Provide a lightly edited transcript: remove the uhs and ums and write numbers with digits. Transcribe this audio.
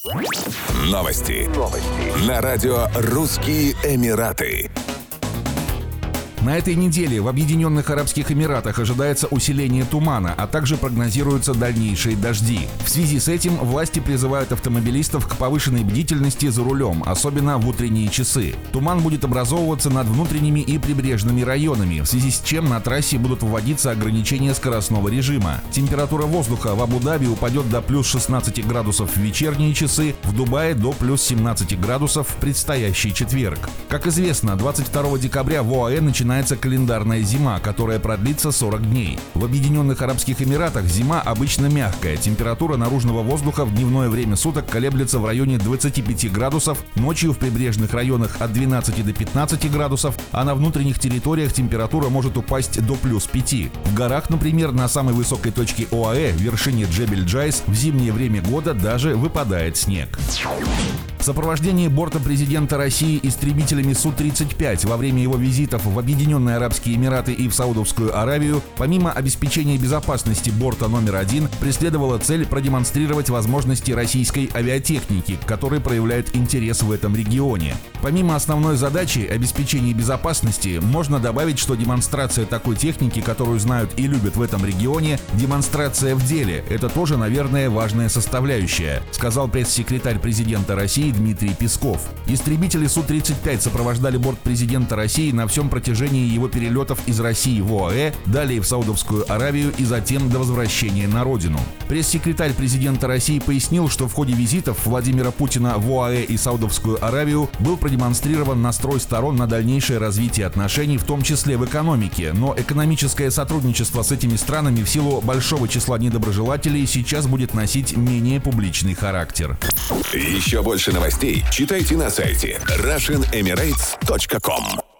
Новости. На радио «Русские Эмираты». На этой неделе в Объединенных Арабских Эмиратах ожидается усиление тумана, а также прогнозируются дальнейшие дожди. В связи с этим власти призывают автомобилистов к повышенной бдительности за рулем, особенно в утренние часы. Туман будет образовываться над внутренними и прибрежными районами, в связи с чем на трассе будут вводиться ограничения скоростного режима. Температура воздуха в Абу-Даби упадет до плюс 16 градусов в вечерние часы, в Дубае до плюс 17 градусов в предстоящий четверг. Как известно, 22 декабря в ОАЭ начинается календарная зима, которая продлится 40 дней. В Объединенных Арабских Эмиратах зима обычно мягкая. Температура наружного воздуха в дневное время суток колеблется в районе 25 градусов, ночью в прибрежных районах от 12 до 15 градусов, а на внутренних территориях температура может упасть до плюс 5. В горах, например, на самой высокой точке ОАЭ, вершине Джебель-Джайс, в зимнее время года даже выпадает снег. В сопровождении борта президента России истребителями Су-35 во время его визитов в Объединенные Арабские Эмираты и в Саудовскую Аравию, помимо обеспечения безопасности борта номер 1, преследовала цель продемонстрировать возможности российской авиатехники, которые проявляют интерес в этом регионе. Помимо основной задачи обеспечения безопасности, можно добавить, что демонстрация такой техники, которую знают и любят в этом регионе, демонстрация в деле. Это тоже, наверное, важная составляющая, сказал пресс-секретарь президента России Дмитрий Песков. Истребители Су-35 сопровождали борт президента России на всем протяжении его перелетов из России в ОАЭ, далее в Саудовскую Аравию и затем до возвращения на родину. Пресс-секретарь президента России пояснил, что в ходе визитов Владимира Путина в ОАЭ и Саудовскую Аравию был продемонстрирован настрой сторон на дальнейшее развитие отношений, в том числе в экономике, но экономическое сотрудничество с этими странами в силу большого числа недоброжелателей сейчас будет носить менее публичный характер. Еще больше новостей читайте на сайте RussianEmirates.com.